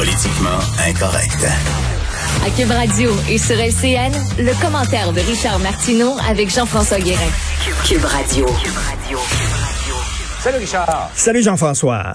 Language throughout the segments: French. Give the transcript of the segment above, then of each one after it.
Politiquement incorrect. À Cube Radio et sur LCN, le commentaire de Richard Martineau avec Jean-François Guérin. Cube Radio. Salut Richard. Salut Jean-François.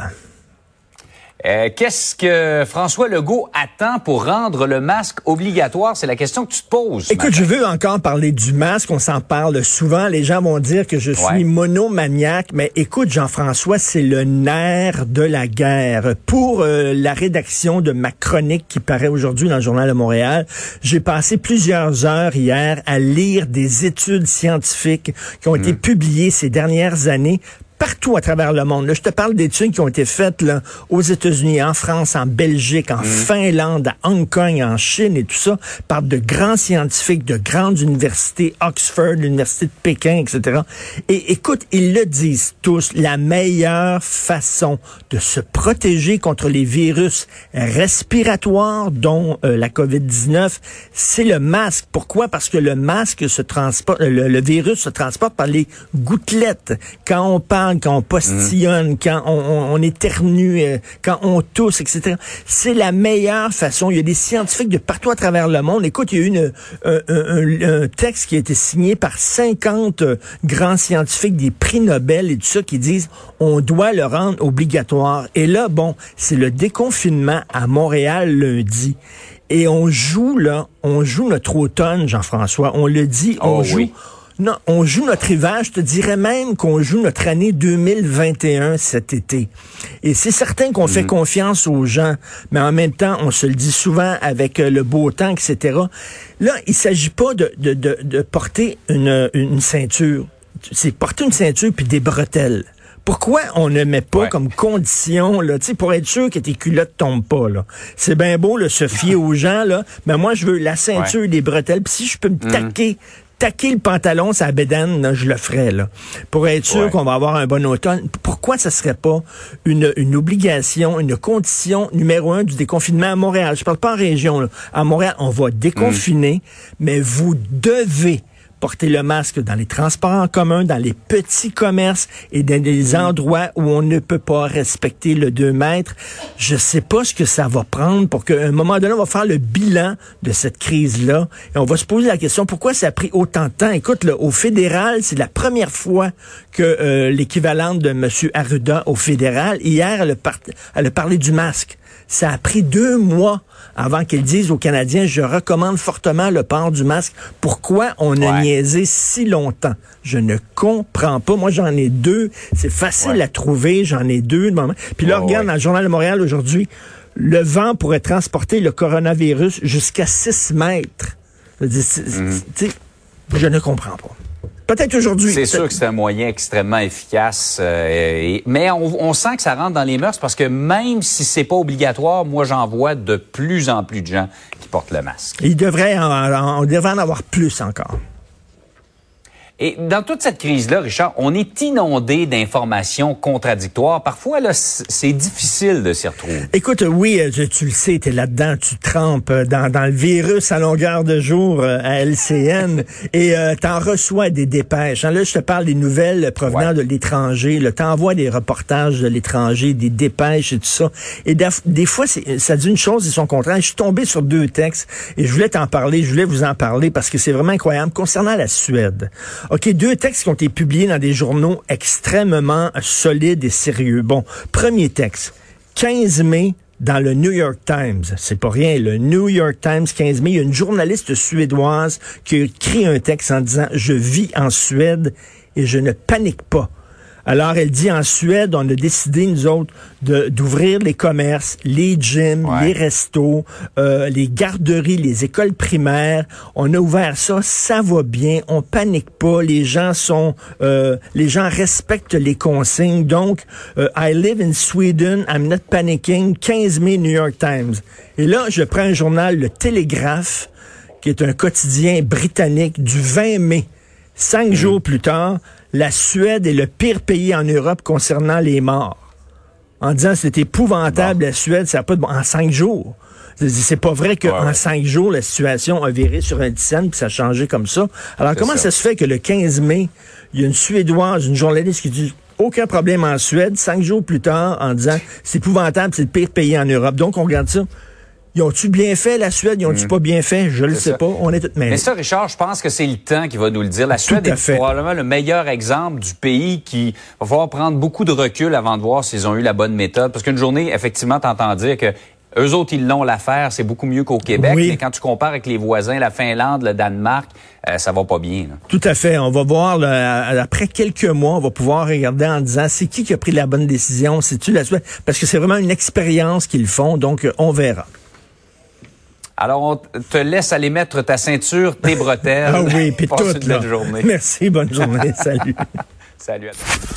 Qu'est-ce que François Legault attend pour rendre le masque obligatoire? C'est la question que tu te poses. Écoute, je veux encore parler du masque. On s'en parle souvent. Les gens vont dire que je suis monomaniaque. Mais écoute, Jean-François, c'est le nerf de la guerre. Pour la rédaction de ma chronique qui paraît aujourd'hui dans le Journal de Montréal, j'ai passé plusieurs heures hier à lire des études scientifiques qui ont été publiées ces dernières années partout à travers le monde. Là, je te parle d'études qui ont été faites là, aux États-Unis, en France, en Belgique, en Finlande, à Hong Kong, en Chine et tout ça, par de grands scientifiques de grandes universités, Oxford, l'Université de Pékin, etc. Et écoute, ils le disent tous, la meilleure façon de se protéger contre les virus respiratoires, dont la COVID-19, c'est le masque. Pourquoi? Parce que le masque se transporte, le virus se transporte par les gouttelettes. Quand on parle, quand on postillonne, quand on éternue, quand on tousse, etc. C'est la meilleure façon. Il y a des scientifiques de partout à travers le monde. Écoute, il y a eu un texte qui a été signé par 50 grands scientifiques des prix Nobel et tout ça qui disent on doit le rendre obligatoire. Et là, bon, c'est le déconfinement à Montréal lundi. Et on joue notre automne, Jean-François. On le dit, on joue. Oui. Non, on joue notre hiver. Je te dirais même qu'on joue notre année 2021 cet été. Et c'est certain qu'on fait confiance aux gens, mais en même temps, on se le dit souvent avec le beau temps, etc. Là, il s'agit pas de porter une ceinture. C'est porter une ceinture puis des bretelles. Pourquoi on ne met pas comme condition, là, pour être sûr que tes culottes tombent pas, là? C'est bien beau, là, se fier aux gens, là, mais moi, je veux la ceinture des bretelles. Puis si je peux me taquer le pantalon sur la bédaine, là, je le ferais, là, pour être sûr qu'on va avoir un bon automne. Pourquoi ça serait pas une obligation, une condition numéro 1 du déconfinement à Montréal? Je parle pas en région, là. À Montréal, on va déconfiner, mais vous devez porter le masque dans les transports en commun, dans les petits commerces et dans des endroits où on ne peut pas respecter le 2 mètres. Je sais pas ce que ça va prendre pour qu'à un moment donné, on va faire le bilan de cette crise-là et on va se poser la question, pourquoi ça a pris autant de temps? Écoute, là, au fédéral, c'est la première fois que l'équivalente de M. Arruda au fédéral, hier, elle a parlé du masque. Ça a pris 2 mois avant qu'ils disent aux Canadiens, je recommande fortement le port du masque. Pourquoi on a niaisé si longtemps? Je ne comprends pas. Moi, j'en ai 2. C'est facile à trouver. J'en ai 2. Puis là, regarde, dans le Journal de Montréal aujourd'hui, le vent pourrait transporter le coronavirus jusqu'à 6 mètres. Je ne comprends pas. Peut-être aujourd'hui. C'est sûr que c'est un moyen extrêmement efficace, mais on sent que ça rentre dans les mœurs parce que même si c'est pas obligatoire, moi j'en vois de plus en plus de gens qui portent le masque. On devrait en avoir plus encore. Et dans toute cette crise-là, Richard, on est inondé d'informations contradictoires. Parfois, là, c'est difficile de s'y retrouver. Écoute, oui, tu le sais, t'es là-dedans, tu trempes dans le virus à longueur de jour à LCN et t'en reçois des dépêches. Là, je te parle des nouvelles provenant de l'étranger. T'envoies des reportages de l'étranger, des dépêches et tout ça. Et des fois, ça dit une chose et son contraire. Je suis tombé sur 2 textes et je voulais vous en parler parce que c'est vraiment incroyable. Concernant la Suède, OK, 2 textes qui ont été publiés dans des journaux extrêmement solides et sérieux. Bon, premier texte, 15 mai, dans le New York Times. C'est pas rien, le New York Times, 15 mai, il y a une journaliste suédoise qui a écrit un texte en disant « Je vis en Suède et je ne panique pas ». Alors, elle dit, en Suède, on a décidé, nous autres, d'ouvrir les commerces, les gyms, les restos, les garderies, les écoles primaires. On a ouvert ça, ça va bien, on panique pas, les gens respectent les consignes. Donc, I live in Sweden, I'm not panicking, 15 mai, New York Times. Et là, je prends un journal, Le Télégraphe, qui est un quotidien britannique du 20 mai. 5 jours plus tard, la Suède est le pire pays en Europe concernant les morts. En disant c'est épouvantable, la Suède, ça n'a pas de bon. En 5 jours. C'est pas vrai qu'en 5 jours, la situation a viré sur un dizaine puis ça a changé comme ça. Alors, comment ça se fait que le 15 mai, il y a une Suédoise, une journaliste qui dit Aucun problème en Suède. 5 jours plus tard, en disant, c'est épouvantable, c'est le pire pays en Europe. Donc, on regarde ça. Ils ont-tu bien fait, la Suède? Ils ont-tu pas bien fait? Je le sais pas. On est toutes mêlés. Mais ça, Richard, je pense que c'est le temps qui va nous le dire. La Suède est probablement le meilleur exemple du pays qui va falloir prendre beaucoup de recul avant de voir s'ils ont eu la bonne méthode. Parce qu'une journée, effectivement, t'entends dire que eux autres, ils l'ont l'affaire, c'est beaucoup mieux qu'au Québec. Oui. Mais quand tu compares avec les voisins, la Finlande, le Danemark, ça va pas bien. Là. Tout à fait. On va voir, après quelques mois, on va pouvoir regarder en disant, c'est qui a pris la bonne décision? C'est-tu la Suède? Parce que c'est vraiment une expérience qu'ils font, donc on verra. Alors, on te laisse aller mettre ta ceinture, tes bretelles. Ah oui, puis toute, là. Journée. Merci, bonne journée. Salut. Salut à toi.